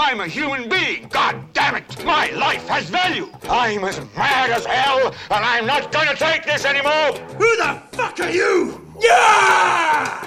I'm a human being. God damn it. My life has value. I'm as mad as hell, and I'm not gonna take this anymore. Who the fuck are you? Yeah!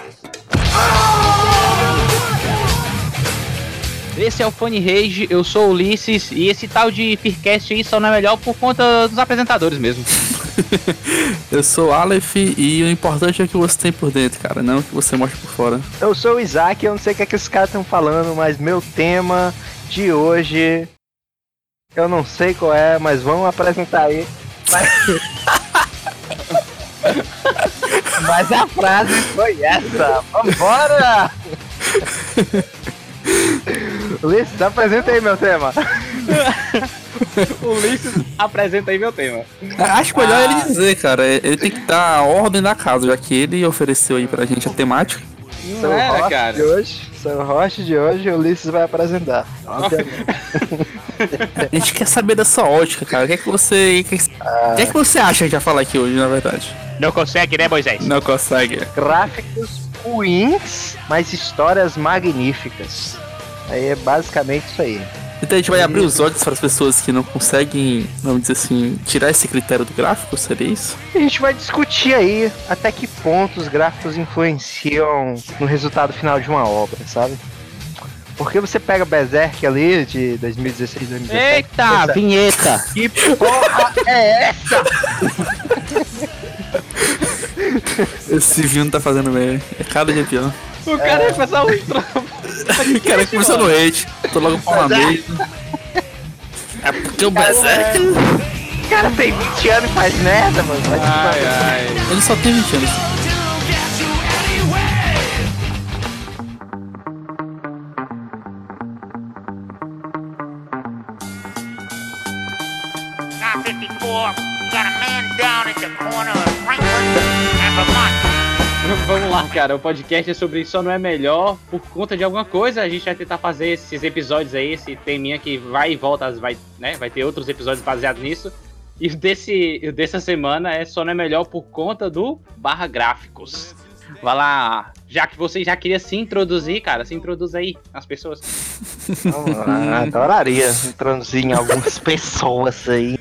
Esse é o Funny Rage, eu sou o Ulisses, e esse tal de Peercast aí só não é melhor por conta dos apresentadores mesmo. Eu sou o Aleph e o importante é o que você tem por dentro, cara, não o que você mostra por fora. Eu sou o Isaac, eu não sei o que é que esses caras estão falando, mas meu tema de hoje, eu não sei qual é, mas vamos apresentar aí. Mas a frase foi essa, vambora! Ulisses, apresenta aí meu tema. Ulisses, apresenta aí meu tema. Acho melhor ele dizer, cara. Ele tem que dar a ordem da casa, já que ele ofereceu aí pra gente a temática. Sou o host de hoje, o Ulisses vai apresentar. A gente quer saber da sua ótica, cara. O que é que você acha que a gente vai falar aqui hoje, na verdade? Não consegue, né, Moisés? Não consegue. Gráficos ruins, mas histórias magníficas. Aí é basicamente isso aí. Então a gente vai abrir os olhos para as pessoas que não conseguem, vamos dizer assim, tirar esse critério do gráfico, seria isso? A gente vai discutir aí até que ponto os gráficos influenciam no resultado final de uma obra, sabe? Porque você pega Berserk ali de 2016, 2017... Eita, vinheta! Que porra é essa? Esse vinho não tá fazendo bem, é cada dia pior. O cara vai passar um trampo. O cara começou no hate, tô logo com uma mesa. É porque o Berserk... O cara tem 20 anos e faz merda, mano. Ele só tem 20 anos. Vamos lá, cara, o podcast é sobre Só Não É Melhor por conta de alguma coisa. A gente vai tentar fazer esses episódios aí, esse teminha que vai e volta, vai ter outros episódios baseados nisso. E dessa semana é Só Não É Melhor por conta do Barra Gráficos. Vai lá, já que você já queria se introduzir, cara, se introduz aí as pessoas. Adoraria introduzir em algumas pessoas aí.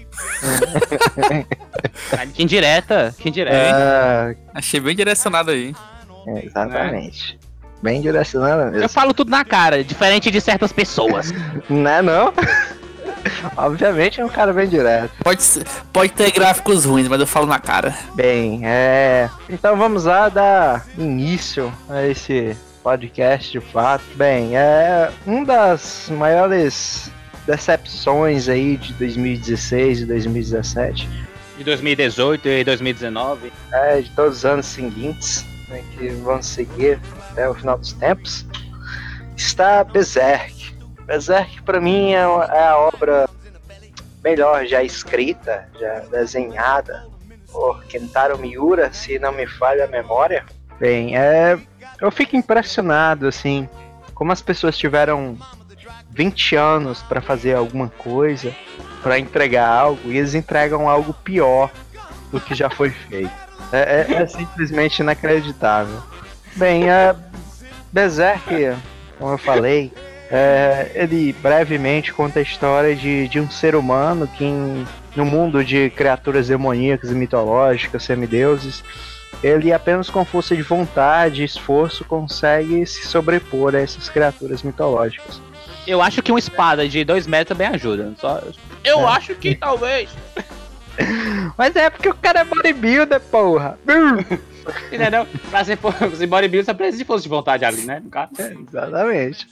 Que indireta. Achei bem direcionado aí. Exatamente. Bem direcionado mesmo. Eu falo tudo na cara, diferente de certas pessoas. Não? Obviamente é um cara bem direto. Pode ter gráficos ruins, mas eu falo na cara. Bem, então vamos lá dar início a esse podcast de fato. Bem, uma das maiores decepções aí de 2016 e 2017. De 2018 e 2019. De todos os anos seguintes, né, que vão seguir até o final dos tempos. Está Berserk. Berserk pra mim é a obra melhor já escrita, já desenhada por Kentaro Miura, se não me falha a memória. Bem, eu fico impressionado assim, como as pessoas tiveram 20 anos para fazer alguma coisa, para entregar algo, e eles entregam algo pior do que já foi feito. É simplesmente inacreditável. Bem, Berserk, como eu falei, ele brevemente conta a história de um ser humano que no mundo de criaturas demoníacas e mitológicas, semideuses, ele apenas com força de vontade e esforço consegue se sobrepor a essas criaturas mitológicas. Eu acho que uma espada de 2 metros também ajuda. Eu acho que talvez. Mas é porque o cara é bodybuilder, porra. Entendeu? Pra ser bodybuilder, você precisa de força de vontade ali, né? No caso. Exatamente.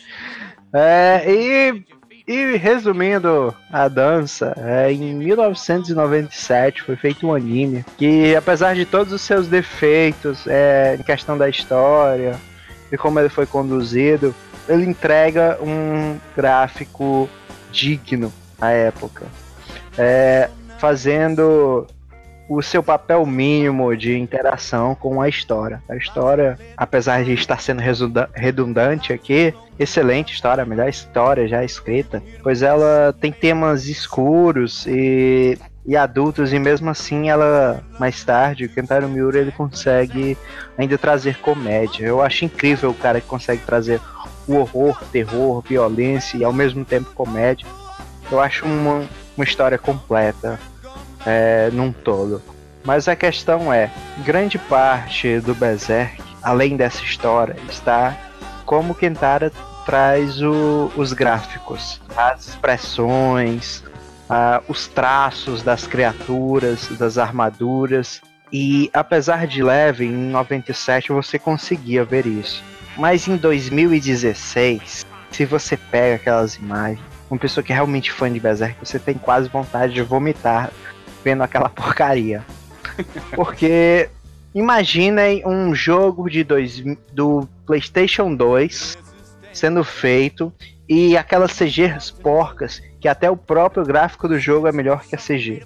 E resumindo a dança, em 1997 foi feito um anime que, apesar de todos os seus defeitos em questão da história e como ele foi conduzido, ele entrega um gráfico digno à época, fazendo o seu papel mínimo de interação com a história. A história, apesar de estar sendo redundante aqui, excelente história, a melhor história já escrita, pois ela tem temas escuros e adultos, e mesmo assim ela, mais tarde, o Kentaro Miura, ele consegue ainda trazer comédia. Eu acho incrível o cara que consegue trazer o horror, terror, violência e ao mesmo tempo comédia. Eu acho uma história completa num todo. Mas a questão é, grande parte do Berserk, além dessa história, está como Kentaro traz os gráficos, as expressões, os traços das criaturas, das armaduras. E apesar de leve, em 97 você conseguia ver isso. Mas em 2016, se você pega aquelas imagens, uma pessoa que é realmente fã de Berserk, você tem quase vontade de vomitar vendo aquela porcaria. Porque imaginem um jogo do PlayStation 2 sendo feito e aquelas CGs porcas que até o próprio gráfico do jogo é melhor que a CG.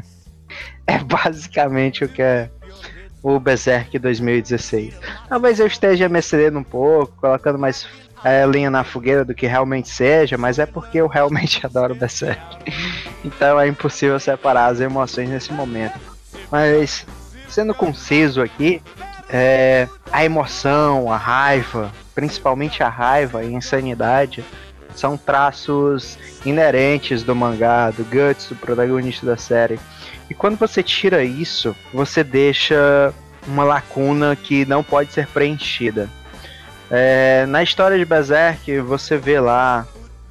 É basicamente o que é o Berserk 2016. Talvez eu esteja me excedendo um pouco, colocando mais lenha na fogueira do que realmente seja, mas é porque eu realmente adoro Berserk. Então é impossível separar as emoções nesse momento. Mas, sendo conciso aqui, a emoção, a raiva, principalmente a raiva e a insanidade, são traços inerentes do mangá, do Guts, do protagonista da série. E quando você tira isso, você deixa uma lacuna que não pode ser preenchida. Na história de Berserk, você vê lá,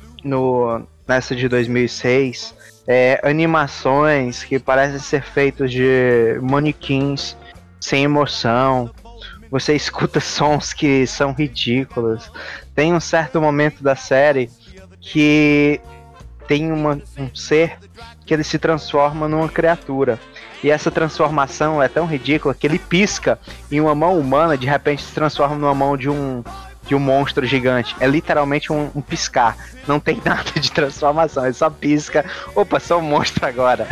nessa de 2006, animações que parecem ser feitas de manequins sem emoção. Você escuta sons que são ridículos. Tem um certo momento da série que tem um ser que ele se transforma numa criatura. E essa transformação é tão ridícula que ele pisca e uma mão humana de repente se transforma numa mão de um monstro gigante. É literalmente um piscar. Não tem nada de transformação, ele só pisca. Opa, sou um monstro agora.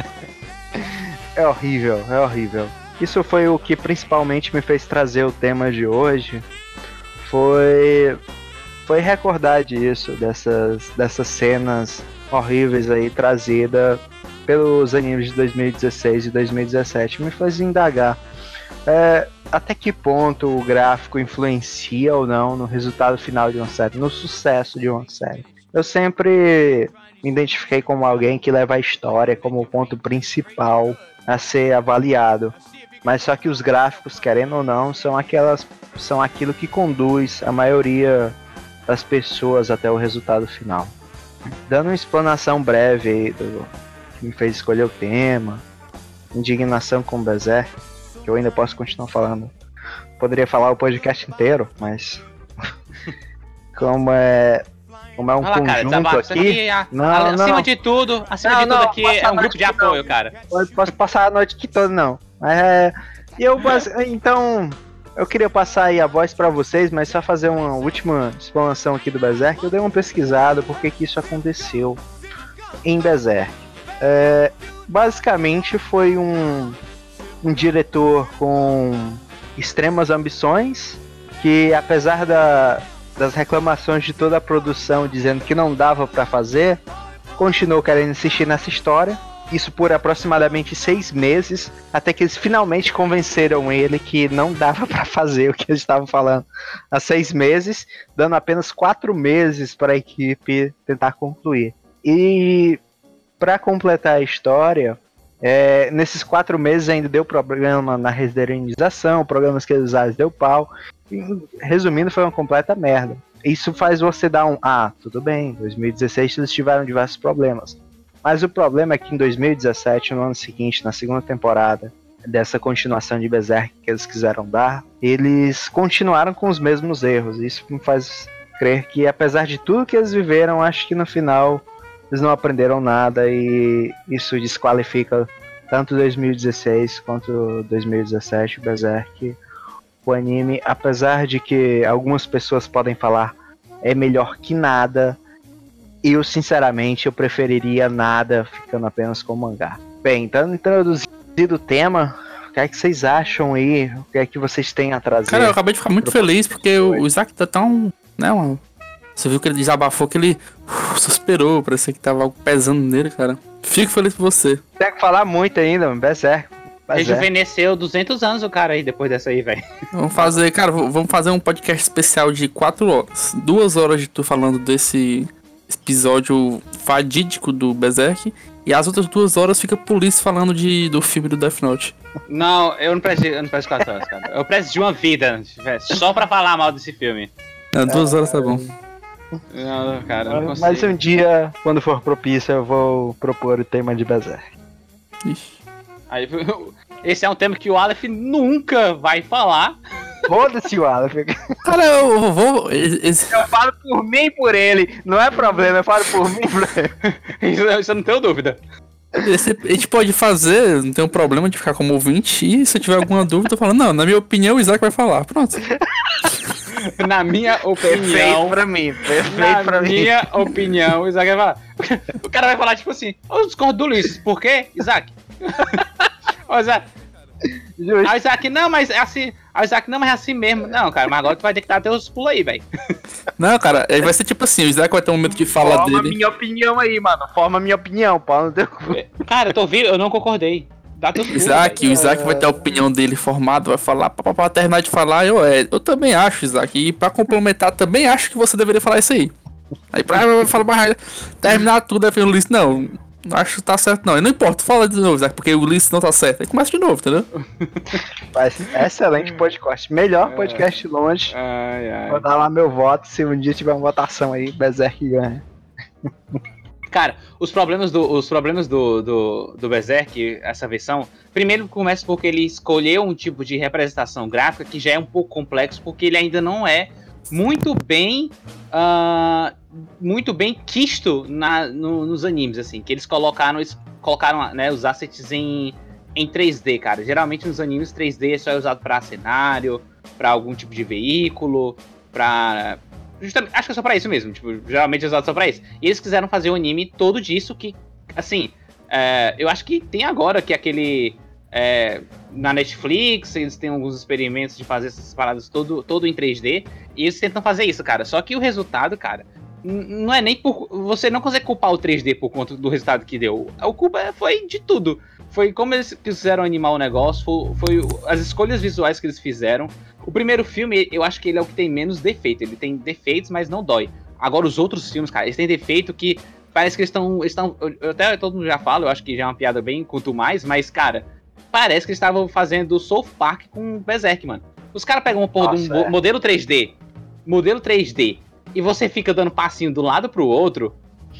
É horrível, é horrível. Isso foi o que principalmente me fez trazer o tema de hoje. Foi recordar disso, dessas cenas horríveis aí trazidas pelos animes de 2016 e 2017. Me faz indagar até que ponto o gráfico influencia ou não no resultado final de uma série, no sucesso de uma série. Eu sempre me identifiquei como alguém que leva a história como o ponto principal a ser avaliado. Mas só que os gráficos, querendo ou não, são aquilo que conduz a maioria das pessoas até o resultado final. Dando uma explanação breve aí do que me fez escolher o tema, indignação com o Berserk, que eu ainda posso continuar falando. Poderia falar o podcast inteiro, mas como é um conjunto cara, aqui... Acima de tudo aqui é um grupo de apoio, cara. Posso passar a noite aqui toda, não. Então, eu queria passar aí a voz pra vocês, mas só fazer uma última explanação aqui do Berserk. Eu dei uma pesquisada por que isso aconteceu em Berserk. Basicamente foi um diretor com extremas ambições, que apesar das reclamações de toda a produção dizendo que não dava pra fazer, continuou querendo insistir nessa história. Isso por aproximadamente 6 meses, até que eles finalmente convenceram ele que não dava pra fazer o que eles estavam falando há 6 meses, dando apenas 4 meses para a equipe tentar concluir. E para completar a história, nesses 4 meses ainda deu problema na renderização, programas que eles usaram deu pau. E, resumindo, foi uma completa merda. Isso faz você dar tudo bem, 2016 eles tiveram diversos problemas. Mas o problema é que em 2017, no ano seguinte, na segunda temporada dessa continuação de Berserk que eles quiseram dar, eles continuaram com os mesmos erros. Isso me faz crer que, apesar de tudo que eles viveram, acho que no final eles não aprenderam nada e isso desqualifica tanto 2016 quanto 2017 Berserk. O anime, apesar de que algumas pessoas podem falar é melhor que nada, eu, sinceramente, eu preferiria nada ficando apenas com o mangá. Bem, então introduzido o tema, o que é que vocês acham aí? O que é que vocês têm a trazer? Cara, eu acabei de ficar muito feliz porque o Isaac tá tão... né, você viu que ele desabafou, que ele suspirou, parecia que tava algo pesando nele, cara. Fico feliz por você. Tem que falar muito ainda, mano, Berserk. Rejuvenesceu 200 anos o cara aí depois dessa aí, velho. Vamos fazer, cara, vamos fazer um podcast especial de 4 horas. 2 horas de tu falando desse episódio fadídico do Berserk. E as outras 2 horas fica por isso falando do filme do Death Note. Não, eu não preciso 4 horas, cara. Eu preciso de uma vida, só pra falar mal desse filme. Não, 2 horas tá bom. Não, cara, não consigo. Mas um dia, quando for propício, eu vou propor o tema de Berserk. Ixi. Aí, esse é um tema que o Aleph nunca vai falar. Foda-se o Aleph. Cara, eu vou. Eu falo por mim e por ele. Não é problema, eu falo por mim e por ele. Isso eu não tenho dúvida. A gente pode fazer, não tem um problema de ficar como ouvinte. E se eu tiver alguma dúvida, eu falo, não, na minha opinião, o Isaac vai falar. Pronto. Na minha opinião. Perfeito pra mim. Perfeito pra mim. Na minha opinião, o Isaac vai falar. O cara vai falar tipo assim: eu discordo do Luiz. Por quê, Isaac? Ô, Isaac. Aí o Isaac, não, mas é assim. Aí o Isaac, não, mas é assim mesmo. Não, cara, mas agora tu vai ter que dar teus pulos aí, velho. Não, cara, aí vai ser tipo assim: o Isaac vai ter um momento de fala Forma dele. minha opinião aí, mano. Forma minha opinião, Paulo. Não deu... Cara, eu tô ouvindo, eu não concordei. Dá teus pulos. Isaac, o Isaac vai ter a opinião dele formada, vai falar, pra terminar de falar, eu também acho, Isaac, e pra complementar, também acho que você deveria falar isso aí. Aí pra falar mais, terminar tudo, aí o Ulisses, não acho que tá certo não, e não importa, fala de novo, Isaac, porque o Ulisses não tá certo, aí começa de novo, entendeu? Excelente podcast, melhor podcast longe. Vou dar lá meu voto, se um dia tiver uma votação aí, Berserk ganha. Cara, os problemas do Berserk, essa versão, primeiro começa porque ele escolheu um tipo de representação gráfica que já é um pouco complexo, porque ele ainda não é muito bem quisto nos animes, assim, que eles colocaram né, os assets em 3D, cara. Geralmente nos animes 3D só é usado para cenário, para algum tipo de veículo, para... Justamente, acho que é só pra isso mesmo, tipo, geralmente é usado só pra isso. E eles quiseram fazer um anime todo disso que, assim, eu acho que tem agora que aquele... na Netflix, eles têm alguns experimentos de fazer essas paradas todo em 3D, e eles tentam fazer isso, cara. Só que o resultado, cara, não é nem por... Você não consegue culpar o 3D por conta do resultado que deu. A culpa foi de tudo. Foi como eles quiseram animar o negócio, foi as escolhas visuais que eles fizeram. O primeiro filme, eu acho que ele é o que tem menos defeito. Ele tem defeitos, mas não dói. Agora, os outros filmes, cara, eles têm defeito que parece que eles estão... Até todo mundo já fala, eu acho que já é uma piada bem quanto mais, mas, cara, parece que eles estavam fazendo South Park com Berserk, mano. Os caras pegam uma porra de um modelo 3D, e você fica dando passinho de um lado pro outro,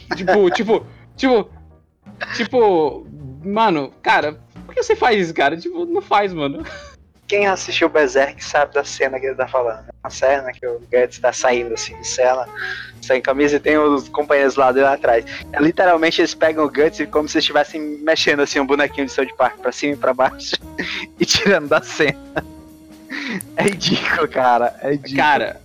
tipo, mano, cara, por que você faz isso, cara? Tipo, não faz, mano. Quem assistiu Berserk sabe da cena que ele tá falando. A cena que o Guts tá saindo assim de cela, sem camisa, e tem os companheiros lá dele atrás. Literalmente eles pegam o Guts e como se estivessem mexendo assim um bonequinho de South Park pra cima e pra baixo e tirando da cena. É ridículo, cara. É ridículo. Cara,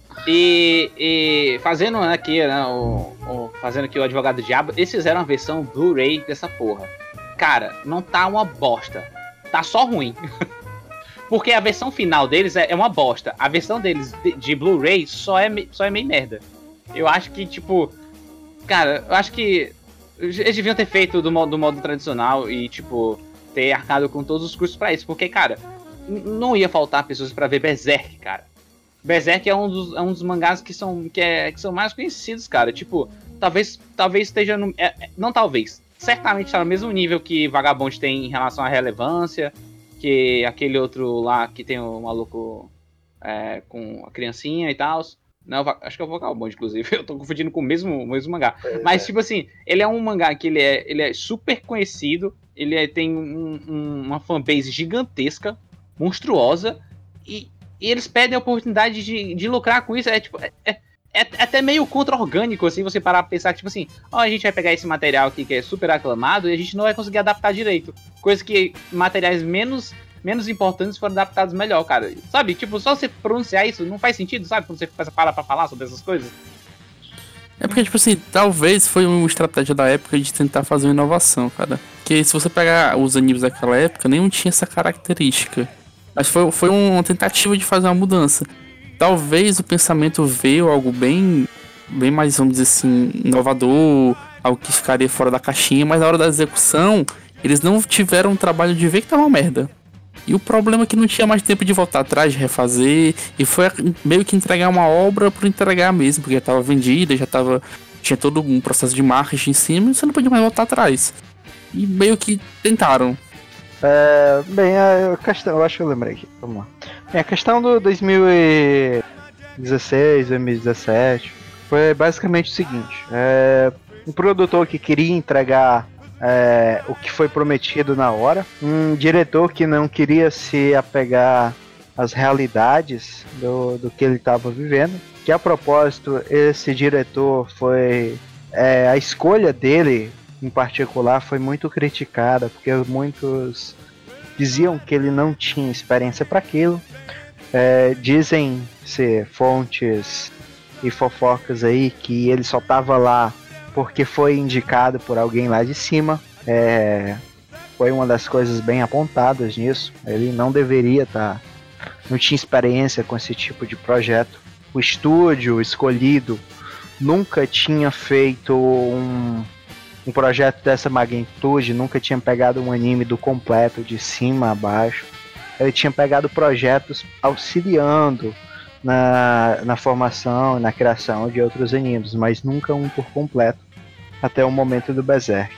e fazendo aqui, né, fazendo aqui o Advogado do Diabo, eles fizeram uma versão Blu-ray dessa porra. Cara, não tá uma bosta. Tá só ruim. Porque a versão final deles é uma bosta. A versão deles de Blu-ray só é meio merda. Eu acho que, tipo... Cara, eu acho que eles deviam ter feito do modo tradicional e, tipo, ter arcado com todos os custos pra isso. Porque, cara, não ia faltar pessoas pra ver Berserk, cara. Berserk é um dos mangás que são mais conhecidos, cara. Tipo, talvez esteja no... não talvez. Certamente tá no mesmo nível que Vagabond tem em relação à relevância... Que aquele outro lá que tem o maluco com a criancinha e tal. Não, acho que é o Vagabond, inclusive. Eu tô confundindo com o mesmo mangá. Mas, tipo assim, ele é um mangá que ele é super conhecido. Ele tem uma fanbase gigantesca, monstruosa. E eles pedem a oportunidade de lucrar com isso. É até meio contra-orgânico, assim, você parar pra pensar que, tipo assim, a gente vai pegar esse material aqui que é super aclamado e a gente não vai conseguir adaptar direito. Coisa que materiais menos importantes foram adaptados melhor, cara. Sabe? Tipo, só você pronunciar isso não faz sentido, sabe? Quando você para pra falar sobre essas coisas. É porque, tipo assim, talvez foi uma estratégia da época de tentar fazer uma inovação, cara. Porque se você pegar os animes daquela época, nenhum tinha essa característica. Mas foi uma tentativa de fazer uma mudança. Talvez o pensamento veio algo bem mais, vamos dizer assim, inovador, algo que ficaria fora da caixinha, mas na hora da execução, eles não tiveram o trabalho de ver que tava uma merda. E o problema é que não tinha mais tempo de voltar atrás, de refazer, e foi meio que entregar uma obra por entregar mesmo, porque já estava vendida, tinha todo um processo de marketing em cima, e você não podia mais voltar atrás. E meio que tentaram. Bem, a questão, eu acho que eu lembrei aqui, vamos lá. A questão do 2016, 2017 foi basicamente o seguinte: um produtor que queria entregar o que foi prometido na hora, um diretor que não queria se apegar às realidades do que ele estava vivendo, que a propósito, esse diretor foi a escolha dele em particular foi muito criticada, porque muitos diziam que ele não tinha experiência para aquilo. Dizem-se fontes e fofocas aí que ele só estava lá porque foi indicado por alguém lá de cima. Foi uma das coisas bem apontadas nisso. Ele não deveria estar, não tinha experiência com esse tipo de projeto. O estúdio escolhido nunca tinha feito um projeto dessa magnitude, nunca tinha pegado um anime do completo, de cima a baixo. Ele tinha pegado projetos auxiliando na formação, na criação de outros animes, mas nunca um por completo, até o momento do Berserk.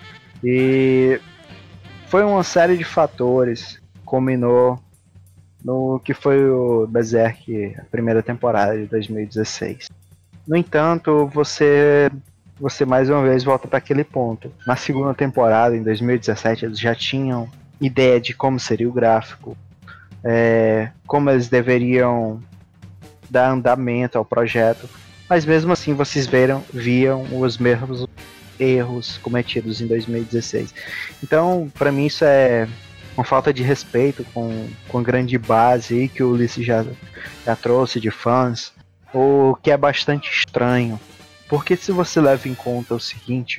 E foi uma série de fatores que culminou no que foi o Berserk, a primeira temporada de 2016. No entanto, você mais uma vez volta para aquele ponto. Na segunda temporada, em 2017, eles já tinham ideia de como seria o gráfico, como eles deveriam dar andamento ao projeto, mas mesmo assim vocês viam os mesmos erros cometidos em 2016. Então, para mim isso é uma falta de respeito com a grande base aí que o Ulisses já trouxe de fãs, o que é bastante estranho. Porque se você leva em conta o seguinte,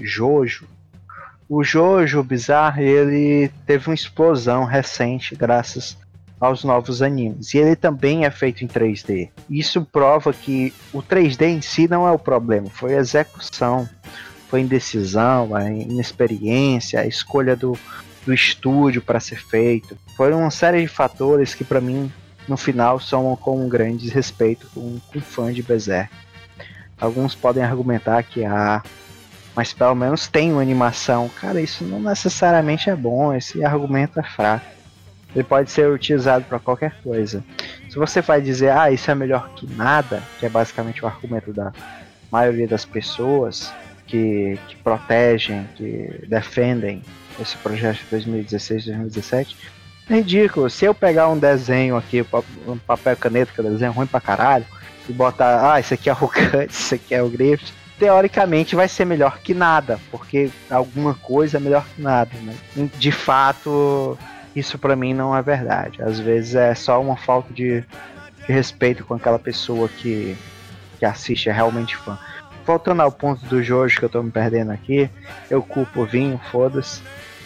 o Jojo Bizarre, ele teve uma explosão recente graças aos novos animes. E ele também é feito em 3D. Isso prova que o 3D em si não é o problema, foi a execução, foi a indecisão, a inexperiência, a escolha do estúdio para ser feito. Foram uma série de fatores que para mim, no final, são com um grande desrespeito com fã de Berserk. Alguns podem argumentar que mas pelo menos tem uma animação. Cara, isso não necessariamente é bom, esse argumento é fraco. Ele pode ser utilizado para qualquer coisa. Se você vai dizer, isso é melhor que nada, que é basicamente o argumento da maioria das pessoas que protegem, que defendem esse projeto de 2016, 2017, é ridículo. Se eu pegar um desenho aqui, um papel e caneta, que é um desenho ruim pra caralho, e botar, isso aqui é o Guts, isso aqui é o Griffith, teoricamente vai ser melhor que nada, porque alguma coisa é melhor que nada, né? De fato, isso pra mim não é verdade. Às vezes é só uma falta de respeito com aquela pessoa que assiste, é realmente fã. Voltando ao ponto do Jojo que eu tô me perdendo aqui, eu culpo o vinho, foda-se.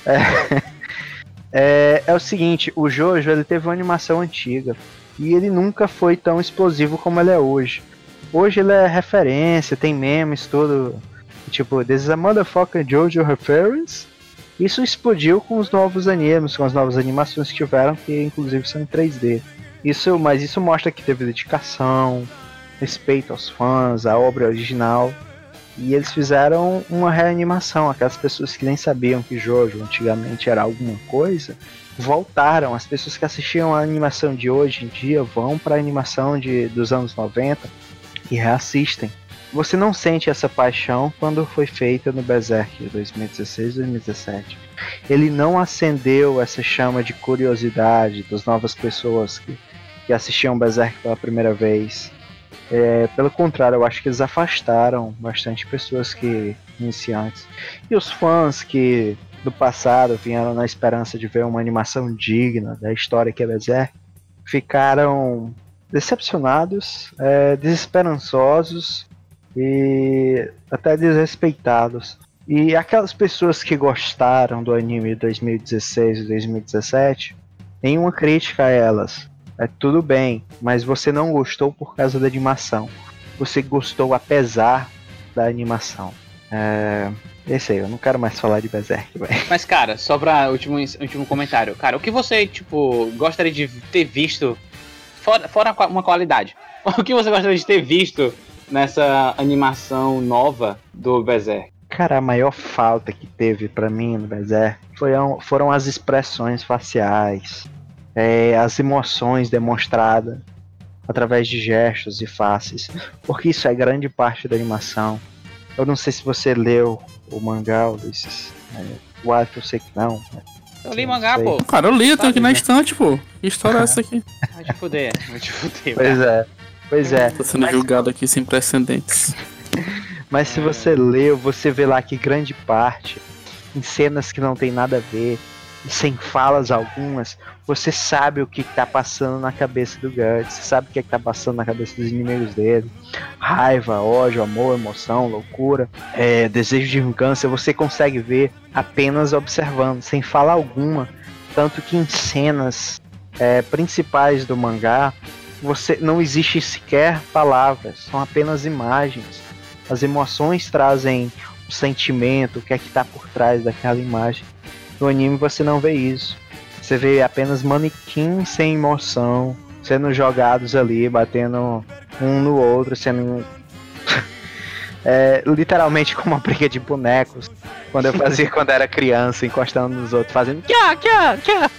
É o seguinte, o Jojo ele teve uma animação antiga e ele nunca foi tão explosivo como ele é hoje. Hoje ele é referência, tem memes, tudo. Tipo, this is a motherfucking Jojo reference. Isso explodiu com os novos animes, com as novas animações que tiveram, que inclusive são em 3D. Mas isso mostra que teve dedicação, respeito aos fãs, à obra original. E eles fizeram uma reanimação. Aquelas pessoas que nem sabiam que Jojo antigamente era alguma coisa, voltaram. As pessoas que assistiam a animação de hoje em dia vão para a animação dos anos 90 e reassistem. Você não sente essa paixão quando foi feita no Berserk de 2016 e 2017. Ele não acendeu essa chama de curiosidade das novas pessoas que assistiam Berserk pela primeira vez. Pelo contrário, eu acho que eles afastaram bastante pessoas iniciantes. E os fãs que do passado vieram na esperança de ver uma animação digna da história que é Berserk, ficaram decepcionados, desesperançosos e até desrespeitados. E aquelas pessoas que gostaram do anime de 2016 e 2017, nenhuma crítica a elas. Tudo bem, mas você não gostou por causa da animação. Você gostou apesar da animação. Esse aí, eu não quero mais falar de Berserk, velho. Mas, cara, só pra último comentário. Cara, o que você, tipo, gostaria de ter visto, fora uma qualidade, o que você gostaria de ter visto nessa animação nova do Berserk? Cara, a maior falta que teve pra mim no Berserk foram as expressões faciais, as emoções demonstradas através de gestos e faces, porque isso é grande parte da animação. Eu não sei se você leu o mangá, Ulisses. Eu acho que eu sei que não. Eu li mangá, pô. Cara, eu li, eu tenho aqui na estante, pô. Que história é essa aqui? Vai te fuder. Pois é. Tô sendo julgado aqui sem precedentes. Mas se você leu, você vê lá que grande parte, em cenas que não tem nada a ver, e sem falas algumas, você sabe o que tá passando na cabeça do Guts, você sabe o que tá passando na cabeça dos inimigos dele. Raiva, ódio, amor, emoção, loucura, desejo de vingança, você consegue ver apenas observando, sem fala alguma. Tanto que em cenas principais do mangá, não existe sequer palavras, são apenas imagens. As emoções trazem o sentimento, o que é que tá por trás daquela imagem. No anime você não vê isso. Você vê apenas manequins sem emoção, sendo jogados ali, batendo um no outro, sendo literalmente como uma briga de bonecos. Quando eu fazia quando era criança, encostando nos outros, fazendo kia, kia, kia.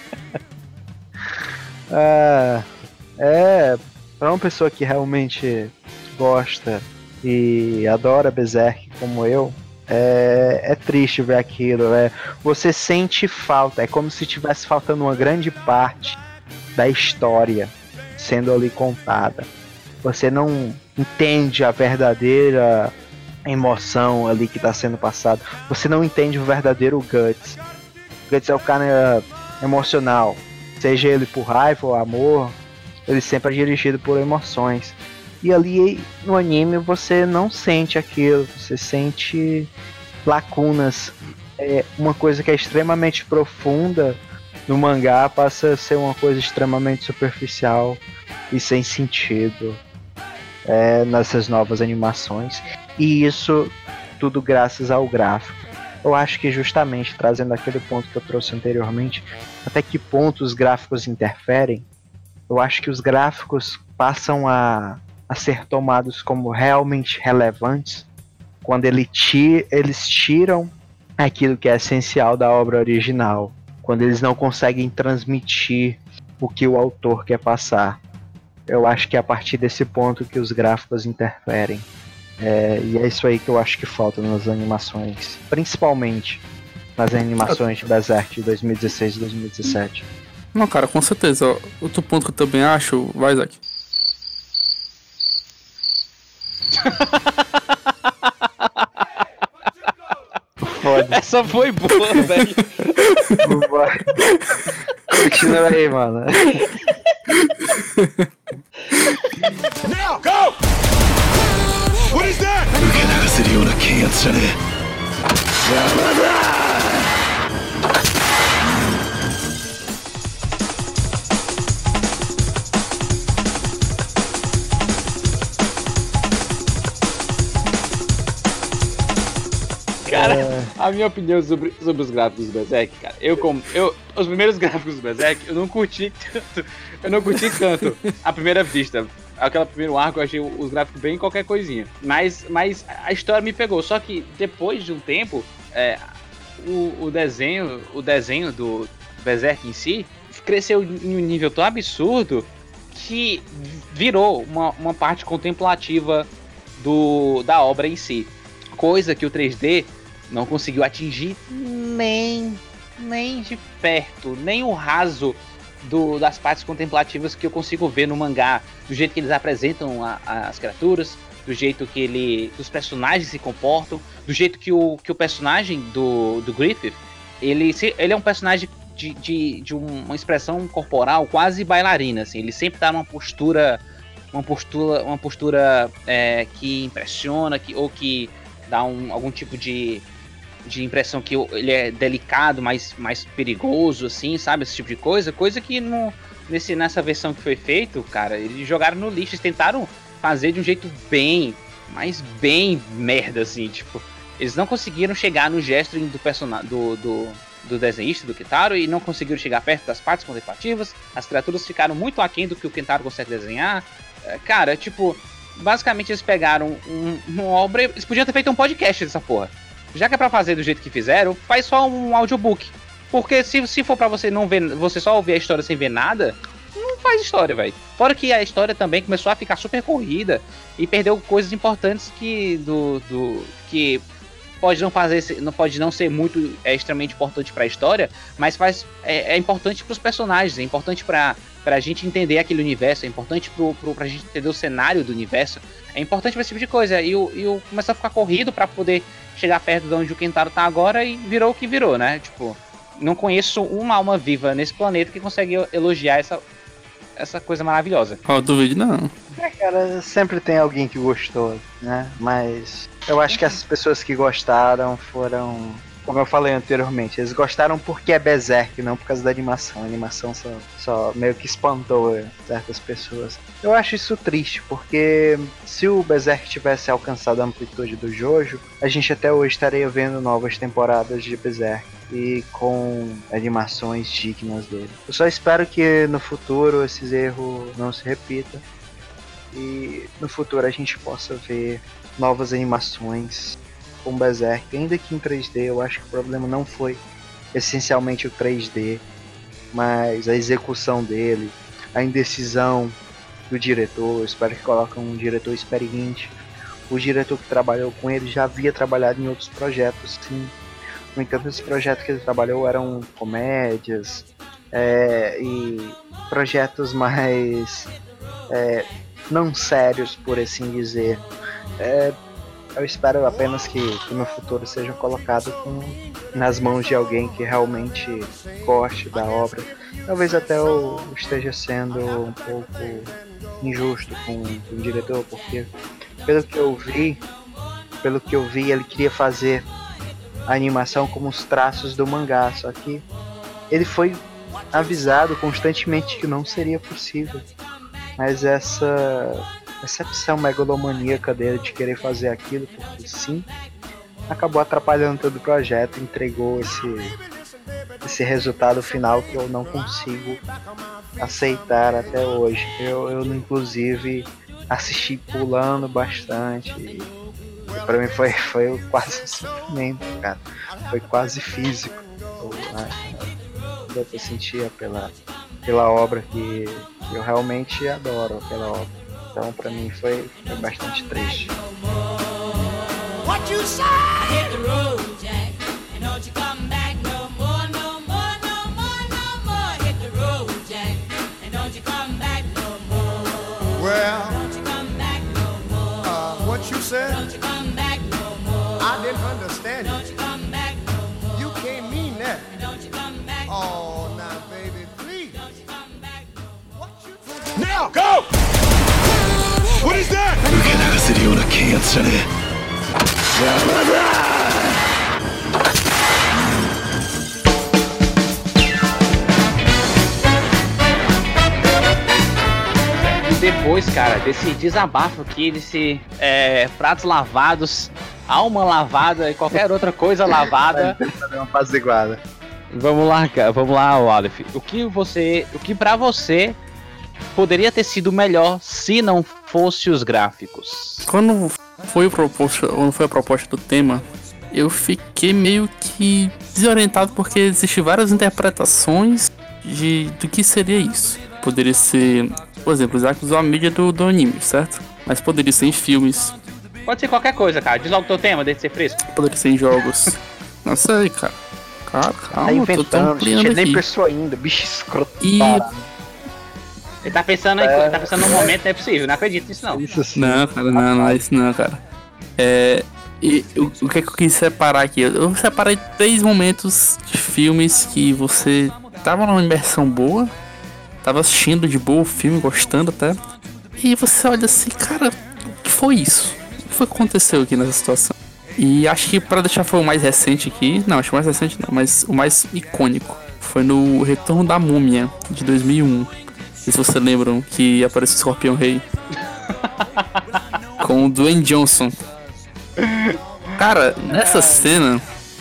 Pra uma pessoa que realmente gosta e adora Berserk como eu, é triste ver aquilo, você sente falta, é como se tivesse faltando uma grande parte da história sendo ali contada. Você não entende a verdadeira emoção ali que está sendo passada, você não entende o verdadeiro Guts. Guts é o cara emocional, seja ele por raiva ou amor, ele sempre é dirigido por emoções. E ali no anime você não sente aquilo, você sente lacunas. Uma coisa que é extremamente profunda no mangá passa a ser uma coisa extremamente superficial e sem sentido nessas novas animações. E isso tudo graças ao gráfico. Eu acho que justamente trazendo aquele ponto que eu trouxe anteriormente, até que ponto os gráficos interferem, eu acho que os gráficos passam a ser tomados como realmente relevantes quando eles tiram aquilo que é essencial da obra original, quando eles não conseguem transmitir o que o autor quer passar. Eu acho que é a partir desse ponto que os gráficos interferem. E é isso aí que eu acho que falta nas animações, principalmente nas animações de Berserk de 2016 e 2017. Não, cara, com certeza. Outro ponto que eu também acho, vai, Isaac. Essa foi boa, velho. Continua aí, mano. Now, go! What is that? Cara, a minha opinião sobre os gráficos do Berserk, cara, os primeiros gráficos do Berserk, eu não curti tanto à primeira vista. Aquele primeiro arco eu achei os gráficos bem qualquer coisinha. Mas a história me pegou. Só que depois de um tempo, o desenho do Berserk em si cresceu em um nível tão absurdo que virou uma parte contemplativa da obra em si. Coisa que o 3D não conseguiu atingir nem de perto, nem o raso das partes contemplativas que eu consigo ver no mangá, do jeito que eles apresentam as criaturas, do jeito que os personagens se comportam, do jeito que o personagem do Griffith, ele é um personagem de uma expressão corporal quase bailarina, assim. Ele sempre tá numa postura que impressiona, ou que dá algum tipo de impressão que ele é delicado, mais perigoso, assim, sabe? Esse tipo de coisa que nessa versão que foi feito, cara, eles jogaram no lixo, eles tentaram fazer de um jeito bem merda, assim, tipo, Eles não conseguiram chegar no gesto do personagem do desenhista, do Kentaro, e não conseguiram chegar perto das partes contemplativas. As criaturas ficaram muito aquém do que o Kentaro consegue desenhar. Cara, tipo, basicamente eles pegaram uma obra. Eles podiam ter feito um podcast dessa porra. Já que é pra fazer do jeito que fizeram, faz só um audiobook. Porque se for pra você não ver, você só ouvir a história sem ver nada, não faz história, velho. Fora que a história também começou a ficar super corrida e perdeu coisas importantes que pode não ser muito extremamente importante pra história, mas é importante pros personagens, é importante pra gente entender aquele universo, é importante pra gente entender o cenário do universo, é importante pra esse tipo de coisa. E o começou a ficar corrido pra poder chegar perto de onde o Kentaro tá agora e virou o que virou, né? Tipo, não conheço uma alma viva nesse planeta que consegue elogiar essa coisa maravilhosa. Eu duvido não. Cara, sempre tem alguém que gostou, né? Mas eu acho que as pessoas que gostaram foram, como eu falei anteriormente, eles gostaram porque é Berserk, não por causa da animação. A animação só meio que espantou certas pessoas. Eu acho isso triste, porque se o Berserk tivesse alcançado a amplitude do Jojo, a gente até hoje estaria vendo novas temporadas de Berserk e com animações dignas dele. Eu só espero que no futuro esses erros não se repitam e no futuro a gente possa ver novas animações com Berserk, ainda que em 3D. Eu acho que o problema não foi essencialmente o 3D, mas a execução dele, a indecisão do diretor. Eu espero que coloquem um diretor experiente. O diretor que trabalhou com ele já havia trabalhado em outros projetos, sim. No entanto, esse projeto que ele trabalhou eram comédias e projetos mais não sérios, por assim dizer. Eu espero apenas que no futuro sejam colocados nas mãos de alguém que realmente goste da obra. Talvez até eu esteja sendo um pouco injusto com o diretor, porque pelo que eu vi, ele queria fazer a animação como os traços do mangá, só que ele foi avisado constantemente que não seria possível. Mas essa opção megalomaníaca dele de querer fazer aquilo porque sim, acabou atrapalhando todo o projeto, entregou esse resultado final que eu não consigo aceitar até hoje. Eu inclusive assisti pulando bastante e pra mim foi quase um sofrimento, cara. Foi quase físico. Eu sentia pela obra que eu realmente adoro, aquela obra. Então pra mim foi bastante triste. What you say? Hit the road, Jack, and don't you come back no more, no more, no more, no more. Hit the road, Jack, and don't you come back no more. Well, don't you come back no more. What you said? Don't you come back no more. I didn't understand you. Don't you come back no more. You can't mean that. And don't you come back no more. Oh, now baby, please. Don't you come back no more. What you Now go! What is that? 受け流せるような剣圧じゃねえ。 Depois, cara, desse desabafo aqui, desse pratos lavados, alma lavada e qualquer outra coisa lavada. Fazer uma apaziguada. Vamos lá, Aleph. O que pra você poderia ter sido melhor se não fosse os gráficos? Quando foi a proposta do tema, eu fiquei meio que desorientado porque existem várias interpretações do que seria isso. Poderia ser, por exemplo, os arcos usam a mídia do anime, certo? Mas poderia ser em filmes. Pode ser qualquer coisa, cara. Diz logo o teu tema, deixa de ser fresco. Poderia ser em jogos. Não sei, cara. Calma, tá inventando, gente, nem pessoa ainda, bicho escroto. Ele tá pensando no momento, não é possível, não acredito nisso não. Isso sim. Não, cara, não é isso não, cara. E o que é que eu quis separar aqui? Eu separei 3 momentos de filmes que você tava numa imersão boa, tava assistindo de boa o filme, gostando até, e você olha assim, cara, o que foi isso? O que foi que aconteceu aqui nessa situação? E acho que pra deixar foi o mais recente aqui, não, acho que o mais recente não, mas o mais icônico foi no Retorno da Múmia, de 2001. Não sei se vocês lembram que apareceu o Escorpião Rei com o Dwayne Johnson. Cara, nessa cena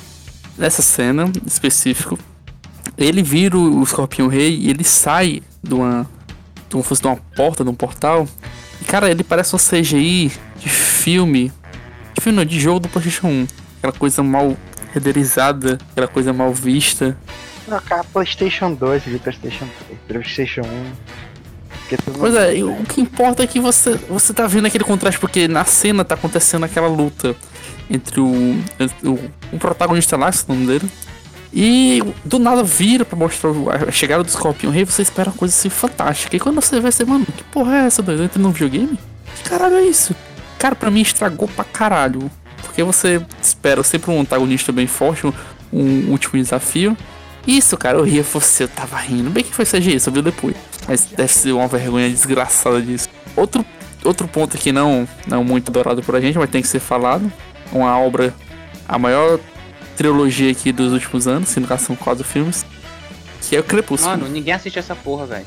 específico, ele vira o Escorpião Rei e ele sai de uma porta, de um portal. E, cara, ele parece um CGI de filme. De jogo do PlayStation 1. Aquela coisa mal renderizada, aquela coisa mal vista. Não, cara, PlayStation 2, de PlayStation 3, PlayStation 1. Pois é, o que importa é que você tá vendo aquele contraste, porque na cena tá acontecendo aquela luta entre o protagonista lá, esse nome dele. E do nada vira pra mostrar a chegada do Escorpião Rei, você espera uma coisa assim fantástica. E quando você vai ser, mano, que porra é essa, doido? Entra num videogame? Que caralho é isso? Cara, pra mim estragou pra caralho. Porque você espera sempre um antagonista bem forte, um último desafio. Isso, cara, eu ria, eu tava rindo. Bem que foi CGI, só viu depois. Mas deve ser uma vergonha desgraçada disso. Outro ponto aqui não muito adorado por a gente, mas tem que ser falado. Uma obra, a maior trilogia aqui dos últimos anos, se não são 4 filmes, que é o Crepúsculo. Mano, ninguém assiste essa porra, velho.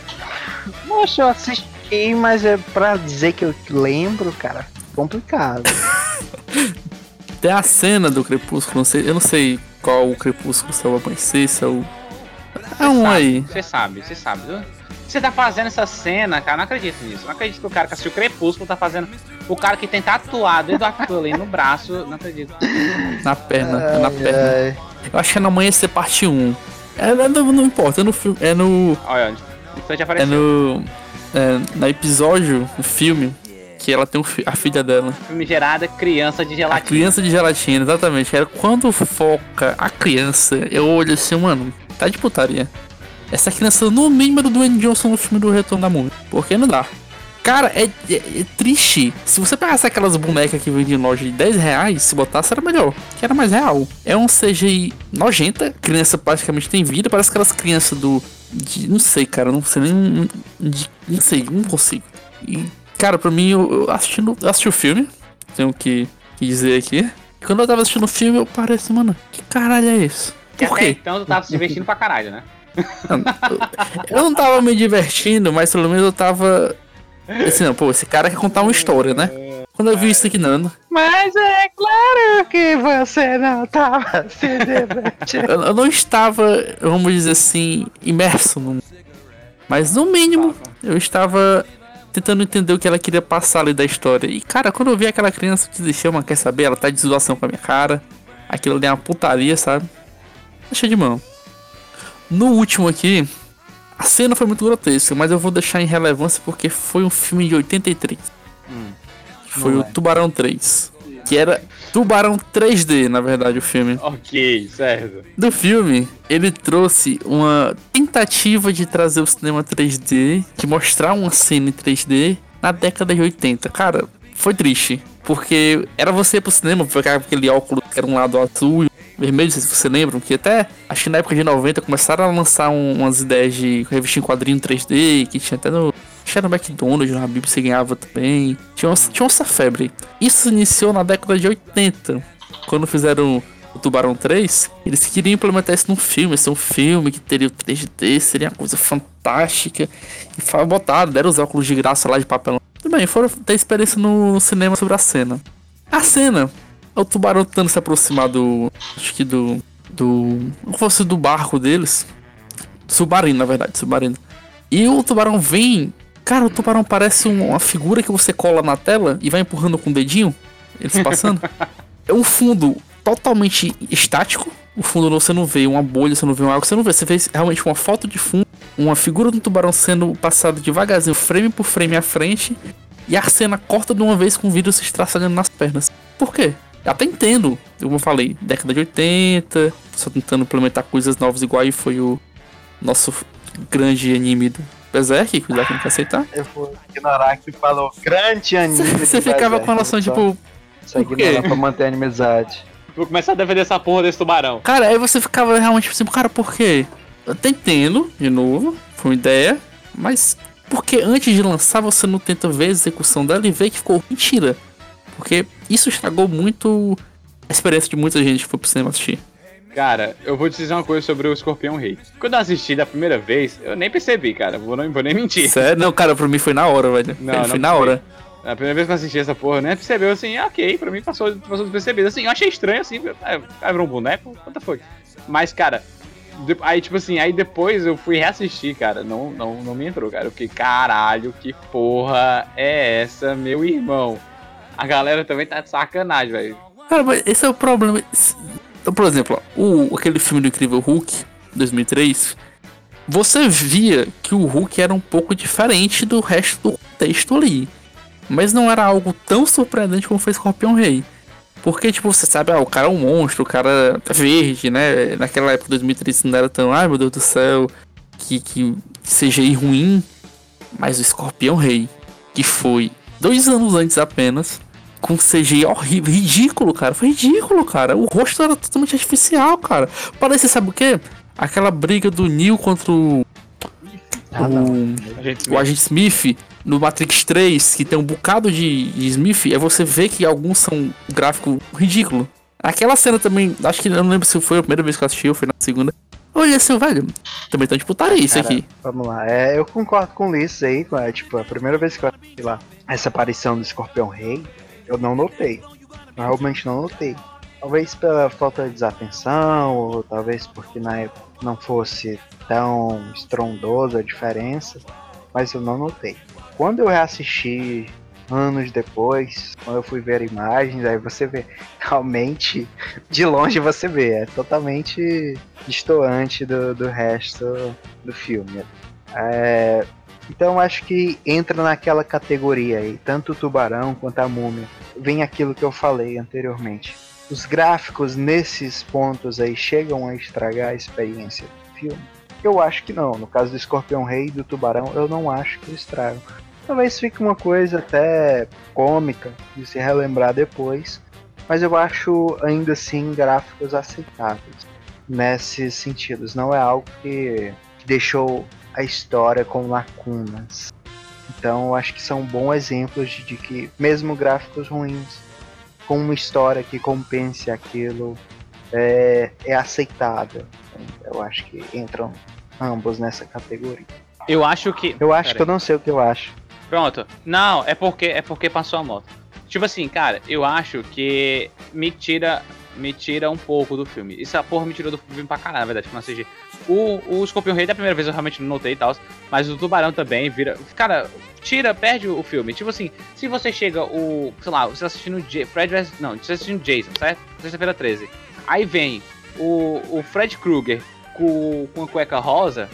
Poxa, eu assisti, mas é pra dizer que eu lembro, cara, complicado. Tem a cena do Crepúsculo, eu não sei qual o Crepúsculo, se é o Amanhecer, se é o... É um aí. Você sabe. Você tá fazendo essa cena, cara, não acredito nisso. Não acredito que o cara que assistiu Crepúsculo tá fazendo... O cara que tem tatuado desde o ator ali no braço, não acredito. Na perna. Eu acho que é no Amanhecer parte 1. Não importa, é no filme. É no. Olha, já apareceu. No episódio, no filme, que ela tem a filha dela. Filme gerada criança de gelatina. A criança de gelatina, exatamente. Era quando foca a criança, eu olho assim, mano, tá de putaria. Essa criança, no mínimo, é do Dwayne Johnson no filme do Retorno da Múmia. Porque não dá. Cara, é triste. Se você pegasse aquelas bonecas que vendem em loja de R$10, se botasse era melhor, que era mais real. É um CGI nojenta, criança praticamente tem vida, parece aquelas crianças não sei, cara, não sei nem... Não sei, não consigo. E, cara, pra mim, eu assisti o filme, tenho que dizer aqui. E quando eu tava assistindo o filme, eu pareci, mano, que caralho é isso? Por quê? Então tu tava se divertindo pra caralho, né? Eu não tava me divertindo, mas pelo menos eu tava... Assim, não, pô, esse cara quer contar uma história, né? Quando eu vi isso aqui, não. Mas é claro que você não tava se divertindo. Eu não estava, vamos dizer assim, imerso no... Mas no mínimo, eu estava tentando entender o que ela queria passar ali da história. E cara, quando eu vi aquela criança, eu desisti, mano, quer saber? Ela tá de zoação com a minha cara. Aquilo ali é uma putaria, sabe? Deixa de mão. No último aqui... A cena foi muito grotesca, mas eu vou deixar em relevância porque foi um filme de 83. Foi o Tubarão 3. Que era Tubarão 3D, na verdade, o filme. Ok, certo. Do filme, ele trouxe uma tentativa de trazer o cinema 3D, de mostrar uma cena em 3D na década de 80. Cara, foi triste. Porque era você ir pro cinema, pegar aquele óculos que era um lado azul e vermelho, não sei se você lembra, que até, acho que na época de 90 começaram a lançar umas ideias de revista em quadrinho 3D, que tinha até no... Acho que era no McDonald's, na Bíblia você ganhava também. Tinha essa febre. Isso iniciou na década de 80, quando fizeram o Tubarão 3, eles queriam implementar isso num filme, esse é um filme que teria o 3D, seria uma coisa fantástica. E botaram, deram os óculos de graça lá de papelão. Tudo bem, foram ter experiência no cinema sobre a cena. A cena... O tubarão tentando se aproximar acho que como fosse do barco deles. Submarino, na verdade, submarino. E o tubarão vem. Cara, o tubarão parece uma figura que você cola na tela e vai empurrando com o dedinho. Eles passando. É um fundo totalmente estático. O fundo você não vê uma bolha, você não vê uma água, você não vê. Você vê realmente uma foto de fundo. Uma figura do tubarão sendo passada devagarzinho, frame por frame à frente. E a cena corta de uma vez com o vidro se estraçalhando nas pernas. Por quê? Eu até entendo, como eu falei, década de 80, só tentando implementar coisas novas, igual aí foi o nosso grande anime do Berserk, que o Isaac não quer aceitar. Eu vou ignorar que falou grande anime. Você ficava com a noção, tipo... Só ignorar pra manter a inimizade. Vou começar a defender essa porra desse tubarão. Cara, aí você ficava realmente assim, cara, por quê? Eu até entendo, de novo, foi uma ideia, mas por que antes de lançar você não tenta ver a execução dela e ver que ficou mentira? Porque isso estragou muito a experiência de muita gente que foi pro cinema assistir. Cara, eu vou te dizer uma coisa sobre o Escorpião Rei. Quando eu assisti da primeira vez, eu nem percebi, cara. Vou nem mentir. Sério? Não, cara, pra mim foi na hora, velho. Não foi na hora. A primeira vez que eu assisti essa porra, né? Percebeu assim, ok, pra mim passou despercebido. Assim, eu achei estranho, assim, o cara virou um boneco, what the fuck? Mas, cara, aí tipo assim, aí depois eu fui reassistir, cara, não me entrou, cara. Eu fiquei, caralho, que porra é essa, meu irmão? A galera também tá de sacanagem, velho. Cara, mas esse é o problema. Então, por exemplo, aquele filme do Incrível Hulk, 2003, você via que o Hulk era um pouco diferente do resto do texto ali. Mas não era algo tão surpreendente como foi Escorpião Rei. Porque, tipo, você sabe, o cara é um monstro, o cara é verde, né? Naquela época, 2003, não era tão, ai meu Deus do céu, que CGI ruim. Mas o Escorpião Rei, que foi 2 anos antes apenas, com CGI horrível, ridículo, cara. Foi ridículo, cara. O rosto era totalmente artificial, cara. Parece, sabe o quê? Aquela briga do Neo contra o Agente Smith no Matrix 3, que tem um bocado de Smith, você vê que alguns são um gráfico ridículo. Aquela cena também, acho que eu não lembro se foi a primeira vez que eu assisti ou foi na segunda. Olha assim, velho, também tão de putaria isso aqui. Vamos lá, eu concordo com o Ulisses aí, tipo, a primeira vez que eu assisti lá essa aparição do Escorpião Rei, eu não notei. Realmente não notei. Talvez pela falta de desatenção, ou talvez porque na época não fosse tão estrondosa a diferença, mas eu não notei. Quando eu reassisti anos depois, quando eu fui ver imagens, aí você vê, realmente, de longe você vê, é totalmente destoante do resto do filme. Então acho que entra naquela categoria aí, tanto o Tubarão quanto a Múmia. Vem aquilo que eu falei anteriormente. Os gráficos nesses pontos aí chegam a estragar a experiência do filme? Eu acho que não. No caso do Escorpião Rei e do Tubarão, eu não acho que estragam. Talvez fique uma coisa até cômica de se relembrar depois, mas eu acho ainda assim gráficos aceitáveis nesses sentidos. Não é algo que deixou a história com lacunas. Então eu acho que são bons exemplos de que mesmo gráficos ruins, com uma história que compense aquilo, é aceitável. Eu acho que entram ambos nessa categoria. Eu acho que eu não sei o que eu acho. Pronto. Não, é porque passou a moto. Tipo assim, cara, eu acho que me tira um pouco do filme. Essa porra me tirou do filme pra caralho, na verdade, que eu não assisti. O Escorpião Rei da primeira vez eu realmente não notei e tal, mas o Tubarão também vira... Cara, perde o filme. Tipo assim, se você chega sei lá, você tá assistindo você tá assistindo Jason, certo? Sexta-feira 13. Aí vem o Fred Krueger com a cueca rosa...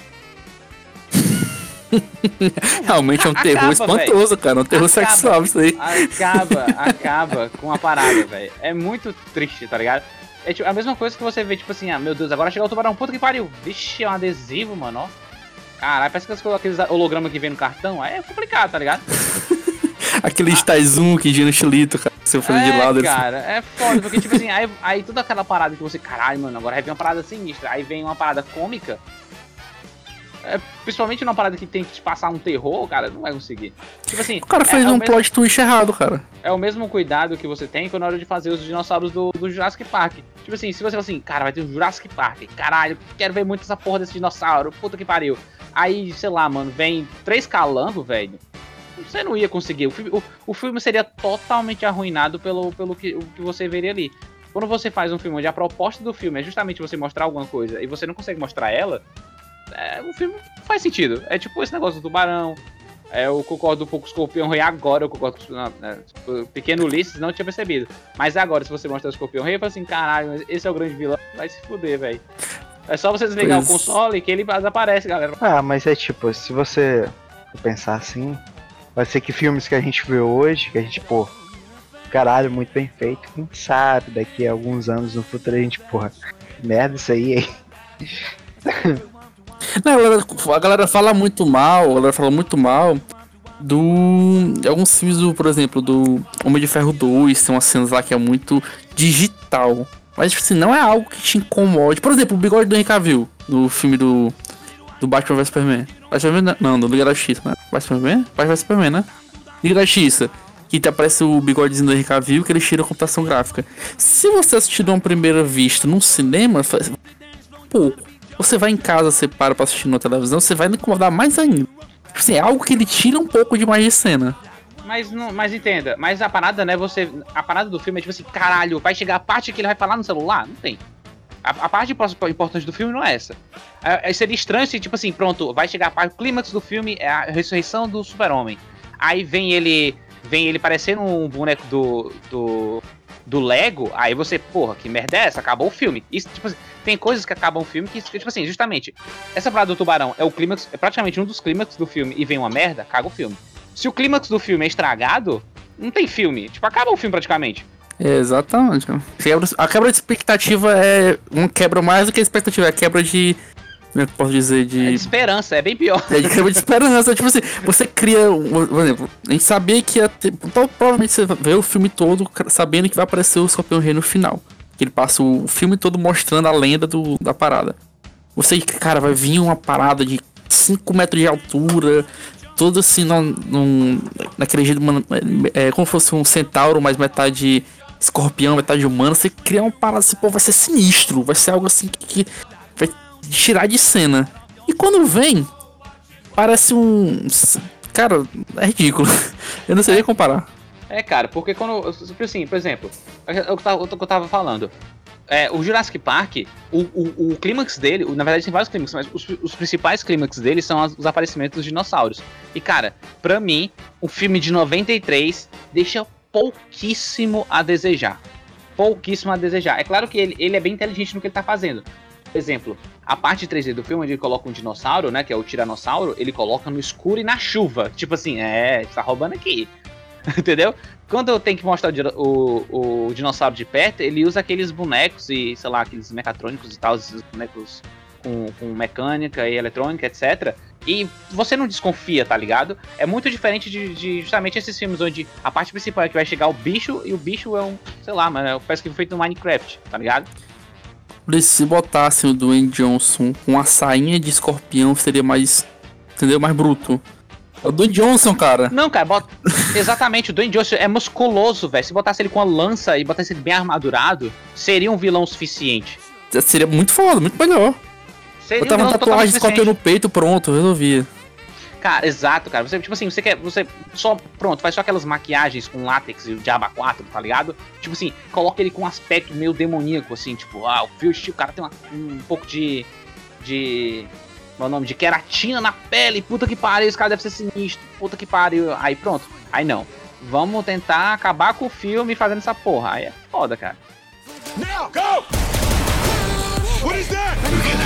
Realmente é um terror espantoso, véio. Cara. Um terror sexual isso aí. Acaba com a parada, velho. É muito triste, tá ligado? É tipo, a mesma coisa que você vê, tipo assim, meu Deus, agora chegou o tubarão, puta que pariu. Vixe, é um adesivo, mano, ó. Caralho, parece que aqueles hologramas que vem no cartão, aí é complicado, tá ligado? Aquele Taizum que gira no chilito, cara. Você foi de lado. Cara, é foda, porque tipo assim, aí toda aquela parada que você, caralho, mano, agora vai vir uma parada sinistra. Aí vem uma parada cômica. Principalmente numa parada que tem que te passar um terror, cara, não vai conseguir. Tipo assim, o cara fez um plot twist errado, cara. É o mesmo cuidado que você tem na hora de fazer os dinossauros do Jurassic Park. Tipo assim, se você fala assim, cara, vai ter um Jurassic Park, caralho, quero ver muito essa porra desse dinossauro, puta que pariu. Aí, sei lá, mano, vem 3 calangos, velho. Você não ia conseguir. O filme seria totalmente arruinado pelo que você veria ali. Quando você faz um filme onde a proposta do filme é justamente você mostrar alguma coisa e você não consegue mostrar ela, o filme faz sentido. É tipo esse negócio do tubarão. Eu concordo um pouco com o Escorpião Rei agora. Eu concordo com o Pequeno Ulisses, não tinha percebido. Mas agora, se você mostrar o Escorpião Rei, eu falo assim: caralho, mas esse é o grande vilão. Vai se fuder, velho. É só você desligar o console que ele desaparece, galera. Mas é tipo, se você pensar assim, vai ser que filmes que a gente vê hoje, que a gente, caralho, muito bem feito. Quem sabe daqui a alguns anos no futuro a gente, merda isso aí, hein? Não, a galera fala muito mal, de alguns filmes, por exemplo, do Homem de Ferro 2, tem umas cenas lá que é muito digital. Mas, tipo assim, não é algo que te incomode. Por exemplo, o bigode do Henry Cavill, no filme do Batman vs Superman. Não, do Liga da Justiça, né? Batman vs Superman, né? Liga da Justiça. Que aparece o bigodezinho do Henry Cavill, que ele tira a computação gráfica. Se você assistir de uma primeira vista num cinema, você vai em casa, você para pra assistir na televisão, você vai incomodar mais ainda. Tipo assim, é algo que ele tira um pouco de mais de cena. Mas entenda, mas a parada, né, a parada do filme é tipo assim, caralho, vai chegar a parte que ele vai falar no celular? Não tem. A parte importante do filme não é essa. Seria estranho se, tipo assim, pronto, vai chegar a parte, o clímax do filme é a ressurreição do Super-Homem. Aí vem ele parecendo um boneco do Lego, aí você, porra, que merda é essa? Acabou o filme. Isso, tipo assim, tem coisas que acabam o filme que, tipo assim, justamente, essa parada do tubarão é o clímax, é praticamente um dos clímax do filme e vem uma merda, caga o filme. Se o clímax do filme é estragado, não tem filme. Tipo, acaba o filme praticamente. Exatamente. A quebra de expectativa é uma quebra mais do que a expectativa, é a quebra de. Como é que eu posso dizer? É de esperança, é bem pior. É de quebra de esperança. Tipo assim, você cria. Por exemplo, a gente sabia que ia ter. Provavelmente você vê o filme todo sabendo que vai aparecer o Escorpião Rei no final. Ele passa o filme todo mostrando a lenda da parada. Você, cara, vai vir uma parada de 5 metros de altura. Todo assim, naquele jeito, como se fosse um centauro, mas metade escorpião, metade humano. Você cria uma parada assim, pô, vai ser sinistro. Vai ser algo assim que vai tirar de cena. E quando vem, parece um. Cara, é ridículo. Eu não sei nem comparar. Cara, porque quando. Assim, por exemplo, o que eu tava falando. O Jurassic Park, o clímax dele, na verdade tem vários clímax, mas os principais clímax dele são os aparecimentos dos dinossauros. E cara, pra mim, o filme de 93 deixa pouquíssimo a desejar. Pouquíssimo a desejar. É claro que ele é bem inteligente no que ele tá fazendo. Por exemplo, a parte 3D do filme, onde ele coloca um dinossauro, né, que é o tiranossauro, ele coloca no escuro e na chuva. Tipo assim, tá roubando aqui. Entendeu? Quando eu tenho que mostrar o dinossauro de perto, ele usa aqueles bonecos e, sei lá, aqueles mecatrônicos e tal, esses bonecos com mecânica e eletrônica, etc. E você não desconfia, tá ligado? É muito diferente de justamente esses filmes onde a parte principal é que vai chegar o bicho e o bicho é um, sei lá, mano, parece que foi feito no Minecraft, tá ligado? Se botassem o Dwayne Johnson com a sainha de escorpião, seria mais, entendeu? Mais bruto. É o Dwayne Johnson, cara. Não, cara, exatamente, o Dwayne Johnson é musculoso, velho. Se botasse ele com a lança e botasse ele bem armadurado, seria um vilão suficiente. Seria muito foda, muito melhor. Seria botava uma tatuagem de escorpião no peito, pronto, resolvia. Cara, exato, cara. Você, tipo assim, você só, pronto, faz só aquelas maquiagens com látex e o Diaba 4, tá ligado? Tipo assim, coloca ele com um aspecto meio demoníaco, assim, tipo, o cara tem um pouco de meu nome, de queratina na pele, puta que pariu, esse cara deve ser sinistro, puta que pariu. Aí pronto, aí não. Vamos tentar acabar com o filme fazendo essa porra. Aí é foda, cara. Now, go! What is that?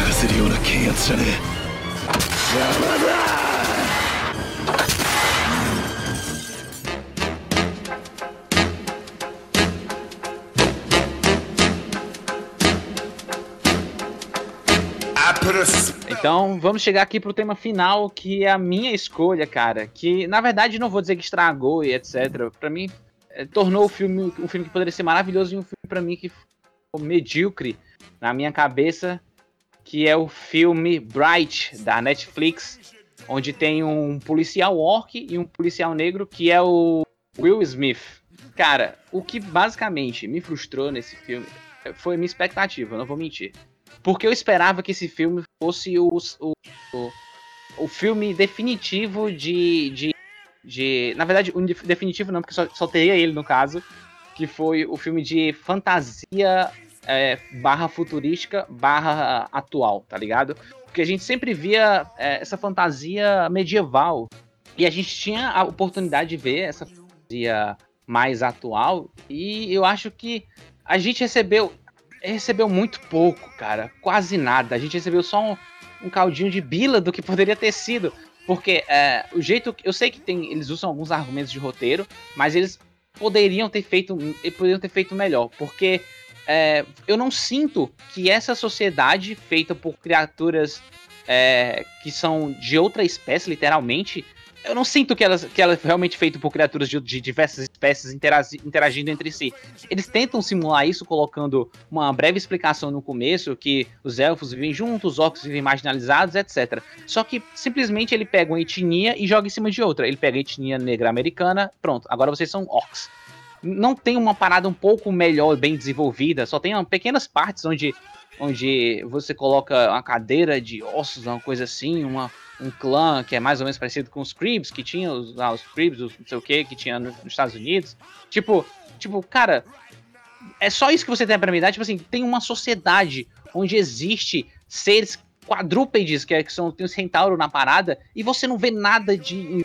Então, vamos chegar aqui pro tema final, que é a minha escolha, cara. Que, na verdade, não vou dizer que estragou e etc. Pra mim, tornou o filme um filme que poderia ser maravilhoso e um filme, pra mim, que ficou medíocre na minha cabeça, que é o filme Bright, da Netflix, onde tem um policial orc e um policial negro, que é o Will Smith. Cara, o que basicamente me frustrou nesse filme foi minha expectativa, não vou mentir. Porque eu esperava que esse filme fosse o filme definitivo de... Na verdade, o definitivo não, porque só teria ele no caso, que foi o filme de fantasia barra futurística barra atual, tá ligado? Porque a gente sempre via essa fantasia medieval e a gente tinha a oportunidade de ver essa fantasia mais atual e eu acho que a gente recebeu muito pouco, cara. Quase nada. A gente recebeu só um caldinho de bila do que poderia ter sido. Porque o jeito... Eu sei que eles usam alguns argumentos de roteiro, mas eles poderiam ter feito melhor. Porque eu não sinto que essa sociedade feita por criaturas que são de outra espécie, literalmente... Eu não sinto que ela é realmente feita por criaturas de diversas espécies interagindo entre si. Eles tentam simular isso colocando uma breve explicação no começo, que os elfos vivem juntos, os orcs vivem marginalizados, etc. Só que simplesmente ele pega uma etnia e joga em cima de outra. Ele pega a etnia negra americana, pronto, agora vocês são orcs. Não tem uma parada um pouco melhor, bem desenvolvida, só tem pequenas partes onde você coloca uma cadeira de ossos, uma coisa assim, um clã que é mais ou menos parecido com os Cribs, que tinha os Cribs, os não sei o que tinha nos Estados Unidos. Tipo, cara, é só isso que você tem pra me dar. Tipo assim, tem uma sociedade onde existe seres quadrúpedes, que são, tem os centauro na parada, e você não vê nada de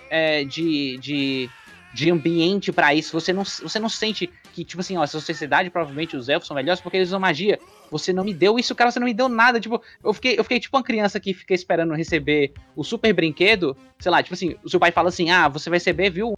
ambiente pra isso. Você não sente que, tipo assim, ó, essa sociedade, provavelmente os elfos são melhores porque eles usam magia. Você não me deu isso, cara, você não me deu nada. Tipo, eu fiquei tipo uma criança que fica esperando receber o super brinquedo, sei lá, tipo assim, o seu pai fala assim, você vai receber, viu,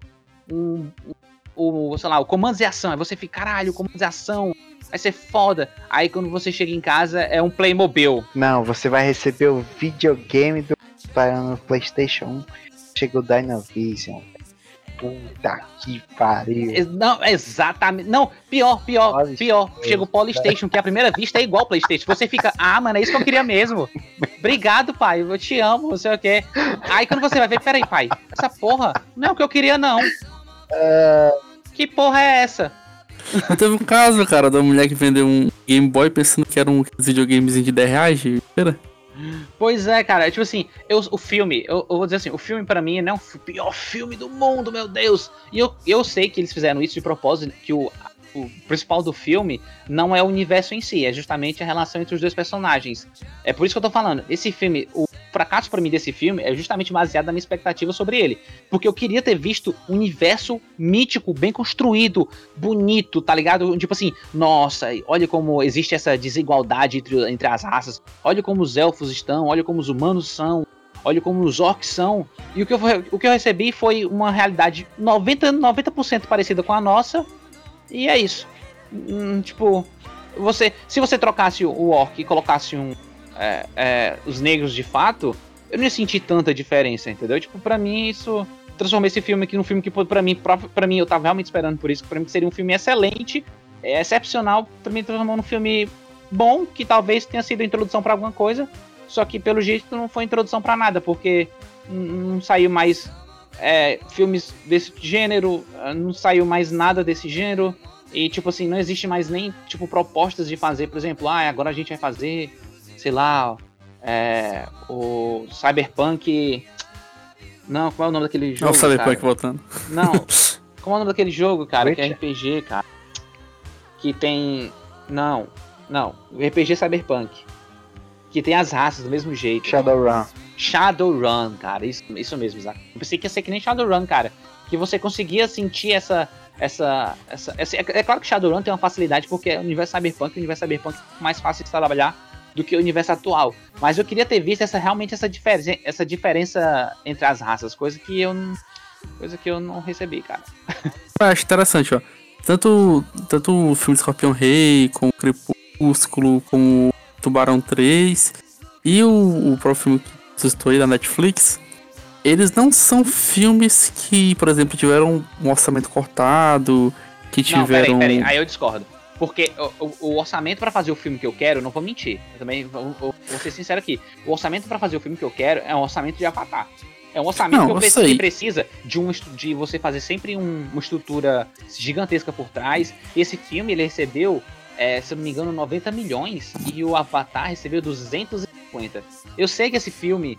sei lá, o comandos e ação. Aí você fica, caralho, comandos e ação, vai ser foda. Aí quando você chega em casa, é um Playmobil. Não, você vai receber o videogame para no PlayStation 1. Chega o Dynavision. Puta que pariu. Não, exatamente. Não, pior. Chega o PlayStation, que à primeira vista é igual ao PlayStation. Você fica, mano, é isso que eu queria mesmo. Obrigado, pai, eu te amo, não sei o quê. Aí quando você vai ver, peraí, pai, essa porra não é o que eu queria, não. Que porra é essa? Teve um caso, cara, da mulher que vendeu um Game Boy pensando que era um videogamezinho de 10 reais. Pera. Pois é, cara, tipo assim, o filme, eu vou dizer assim, o filme pra mim não é o pior filme do mundo, meu Deus. E eu sei que eles fizeram isso de propósito, que o principal do filme não é o universo em si, é justamente a relação entre os dois personagens. É por isso que eu tô falando, esse filme, o fracasso pra mim desse filme é justamente baseado na minha expectativa sobre ele. Porque eu queria ter visto um universo mítico, bem construído, bonito, tá ligado? Tipo assim, nossa, olha como existe essa desigualdade entre as raças, olha como os elfos estão, olha como os humanos são, olha como os orcs são. E o que eu recebi foi uma realidade 90% parecida com a nossa, e é isso. Tipo, se você trocasse o orc e colocasse os negros de fato, eu não ia sentir tanta diferença, entendeu? Tipo, pra mim isso transformou esse filme aqui num filme que pra mim eu tava realmente esperando por isso, pra mim que seria um filme excelente, excepcional, pra mim transformou num filme bom, que talvez tenha sido a introdução pra alguma coisa, só que pelo jeito não foi introdução pra nada, porque não saiu mais filmes desse gênero, não saiu mais nada desse gênero, e tipo assim, não existe mais nem tipo propostas de fazer, por exemplo, agora a gente vai fazer, sei lá, o Cyberpunk. Não, qual é o nome daquele jogo? Olha o Cyberpunk voltando. Não, qual é o nome daquele jogo, cara? Witcher? Que é RPG, cara. Que tem. Não, o RPG Cyberpunk. Que tem as raças do mesmo jeito. Shadowrun, cara, isso mesmo, Isaac. Eu pensei que ia ser que nem Shadowrun, cara. Que você conseguia sentir essa. É claro que Shadowrun tem uma facilidade porque o universo Cyberpunk é mais fácil de trabalhar do que o universo atual. Mas eu queria ter visto realmente essa diferença entre as raças, coisa que eu não recebi, cara. Eu acho interessante, ó. Tanto o filme Escorpião Rei, como o Crepúsculo, como o Tubarão 3 e o próprio filme que você citou aí da Netflix, eles não são filmes que, por exemplo, tiveram um orçamento cortado, que tiveram... Não, peraí, aí eu discordo. Porque o orçamento pra fazer o filme que eu quero, não vou mentir, eu também vou ser sincero aqui, o orçamento pra fazer o filme que eu quero é um orçamento de Avatar. É um orçamento que precisa de você fazer sempre uma estrutura gigantesca por trás. E esse filme, ele recebeu, se eu não me engano, 90 milhões. E o Avatar recebeu 250. Eu sei que esse filme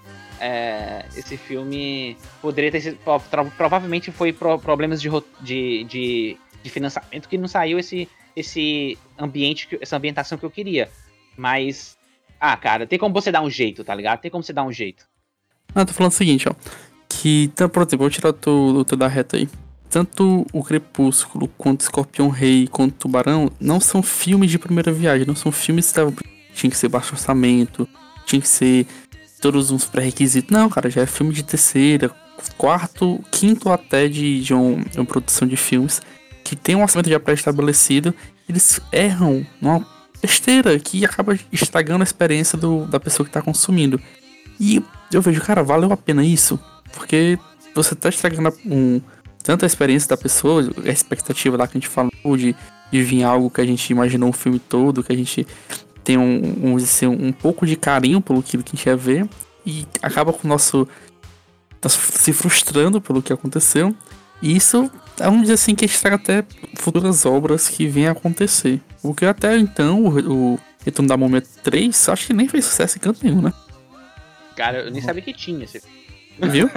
poderia ter sido... Provavelmente foi problemas de financiamento que não saiu essa ambientação que eu queria. Mas... cara, tem como você dar um jeito, tá ligado? Tem como você dar um jeito. Tô falando o seguinte, ó. Que, por exemplo, vou tirar o teu da reta aí. Tanto o Crepúsculo, quanto o Escorpião Rei, quanto o Tubarão, não são filmes de primeira viagem. Não são filmes que tinha que ser baixo orçamento, tinha que ser todos uns pré-requisitos. Não, cara, já é filme de terceira, quarto, quinto até de uma produção de filmes que tem um orçamento já pré-estabelecido. Eles erram numa besteira que acaba estragando a experiência da pessoa que tá consumindo. E eu vejo, cara, valeu a pena isso? Porque você tá estragando tanto a experiência da pessoa, a expectativa lá que a gente falou de vir algo que a gente imaginou o filme todo, que a gente tem um pouco de carinho pelo que a gente ia ver, e acaba com o nosso se frustrando pelo que aconteceu. E isso vamos dizer assim, que estraga até futuras obras que vêm a acontecer. Porque até então o Retorno da Múmia 3 acho que nem fez sucesso em canto nenhum, né? Cara, eu nem sabia que tinha esse. Viu?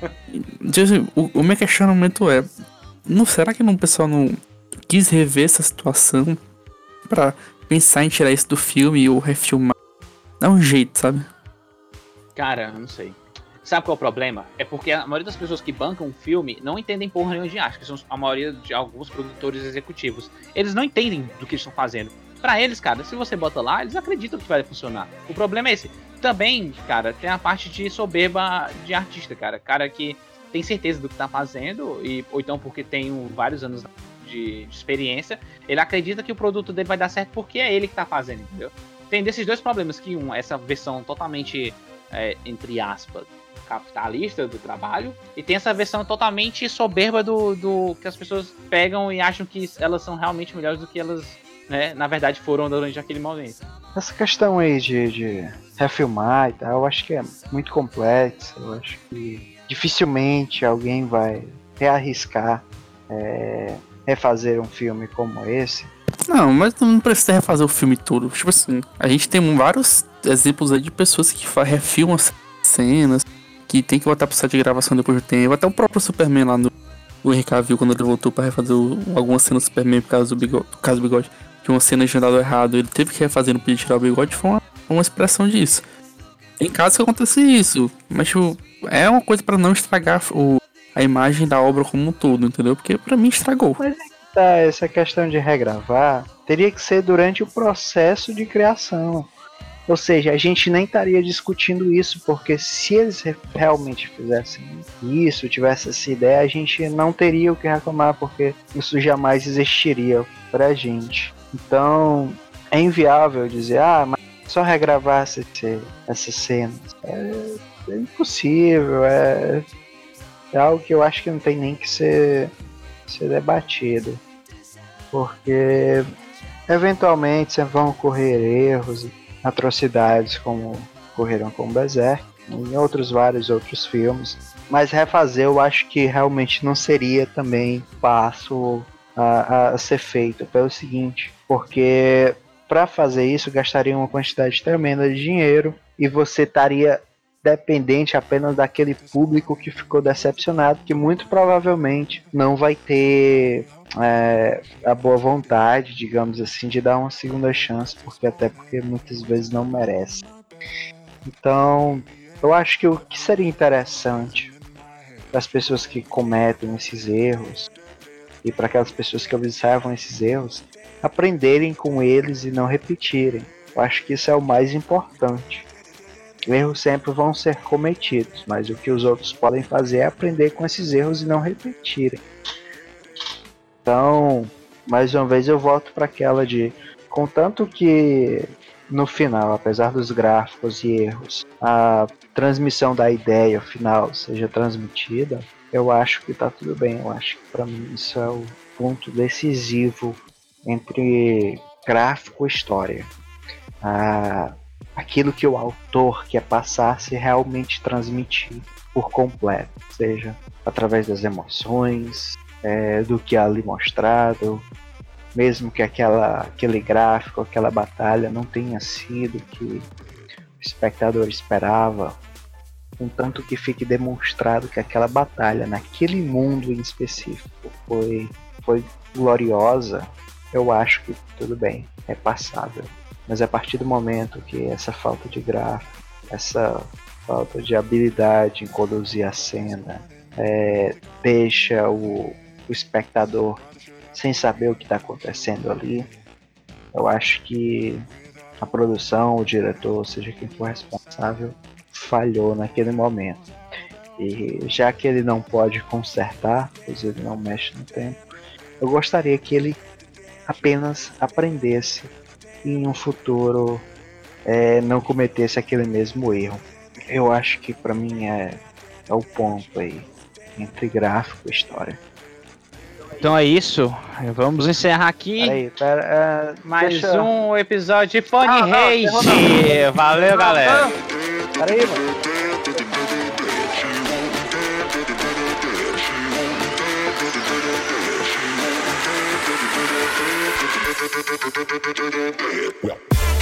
O meu questionamento é... será que o pessoal não quis rever essa situação pra pensar em tirar isso do filme ou refilmar? Dá um jeito, sabe? Cara, eu não sei. Sabe qual é o problema? É porque a maioria das pessoas que bancam um filme não entendem porra nenhuma de arte, que são a maioria de alguns produtores executivos. Eles não entendem do que estão fazendo. Pra eles, cara, se você bota lá, eles acreditam que vai funcionar. O problema é esse. Também, cara, tem a parte de soberba de artista, cara. Cara que tem certeza do que tá fazendo, ou então porque tem vários anos de experiência, ele acredita que o produto dele vai dar certo porque é ele que tá fazendo, entendeu? Tem desses dois problemas, que essa versão totalmente, entre aspas, capitalista do trabalho, e tem essa versão totalmente soberba do que as pessoas pegam e acham que elas são realmente melhores do que elas, né, na verdade foram durante aquele momento. Essa questão aí de refilmar e tal, eu acho que é muito complexa. Eu acho que dificilmente alguém vai rearriscar refazer um filme como esse. Não, mas não precisa refazer o filme todo. Tipo assim, a gente tem vários exemplos aí de pessoas que refilmam cenas, que tem que voltar pro set de gravação depois do tempo. Até o próprio Superman lá no Henry Cavill, quando ele voltou pra refazer alguma cena do Superman por causa do bigode, que uma cena tinha dado errado, ele teve que refazer, não podia tirar o bigode, foi uma expressão disso. Tem casos que acontece isso, mas tipo, é uma coisa pra não estragar a imagem da obra como um todo, entendeu? Porque pra mim estragou. Mas essa questão de regravar teria que ser durante o processo de criação. Ou seja, a gente nem estaria discutindo isso, porque se eles realmente fizessem isso, tivesse essa ideia, a gente não teria o que reclamar, porque isso jamais existiria pra gente. Então, é inviável dizer, mas só regravar essas cenas. É impossível, é algo que eu acho que não tem nem que ser debatido. Porque, eventualmente, sempre vão ocorrer erros, atrocidades como ocorreram com Berserk, em vários outros filmes, mas refazer eu acho que realmente não seria também passo a ser feito, pelo seguinte, porque para fazer isso gastaria uma quantidade tremenda de dinheiro e você estaria dependente apenas daquele público que ficou decepcionado, que muito provavelmente não vai ter a boa vontade, digamos assim, de dar uma segunda chance, porque muitas vezes não merece. Então, eu acho que o que seria interessante para as pessoas que cometem esses erros e para aquelas pessoas que observam esses erros, aprenderem com eles e não repetirem. Eu acho que isso é o mais importante. Erros sempre vão ser cometidos, mas o que os outros podem fazer é aprender com esses erros e não repetirem. Então, mais uma vez eu volto para aquela de, contanto que no final, apesar dos gráficos e erros, a transmissão da ideia final seja transmitida, eu acho que tá tudo bem. Eu acho que para mim isso é o ponto decisivo entre gráfico e história. Aquilo que o autor quer passar se realmente transmitir por completo, seja através das emoções, do que é ali mostrado, mesmo que aquele gráfico, aquela batalha não tenha sido o que o espectador esperava, contanto que fique demonstrado que aquela batalha naquele mundo em específico foi gloriosa, eu acho que tudo bem, é passável. Mas a partir do momento que essa falta de gráfico, essa falta de habilidade em conduzir a cena, deixa o espectador sem saber o que está acontecendo ali, eu acho que a produção, o diretor, seja quem for responsável, falhou naquele momento. E já que ele não pode consertar, pois ele não mexe no tempo, eu gostaria que ele apenas aprendesse e em um futuro não cometesse aquele mesmo erro. Eu acho que para mim é o ponto aí entre gráfico e história. Então é isso, vamos encerrar aqui mais um episódio de Funny Rage. Valeu, galera. Peraí, mano. Well.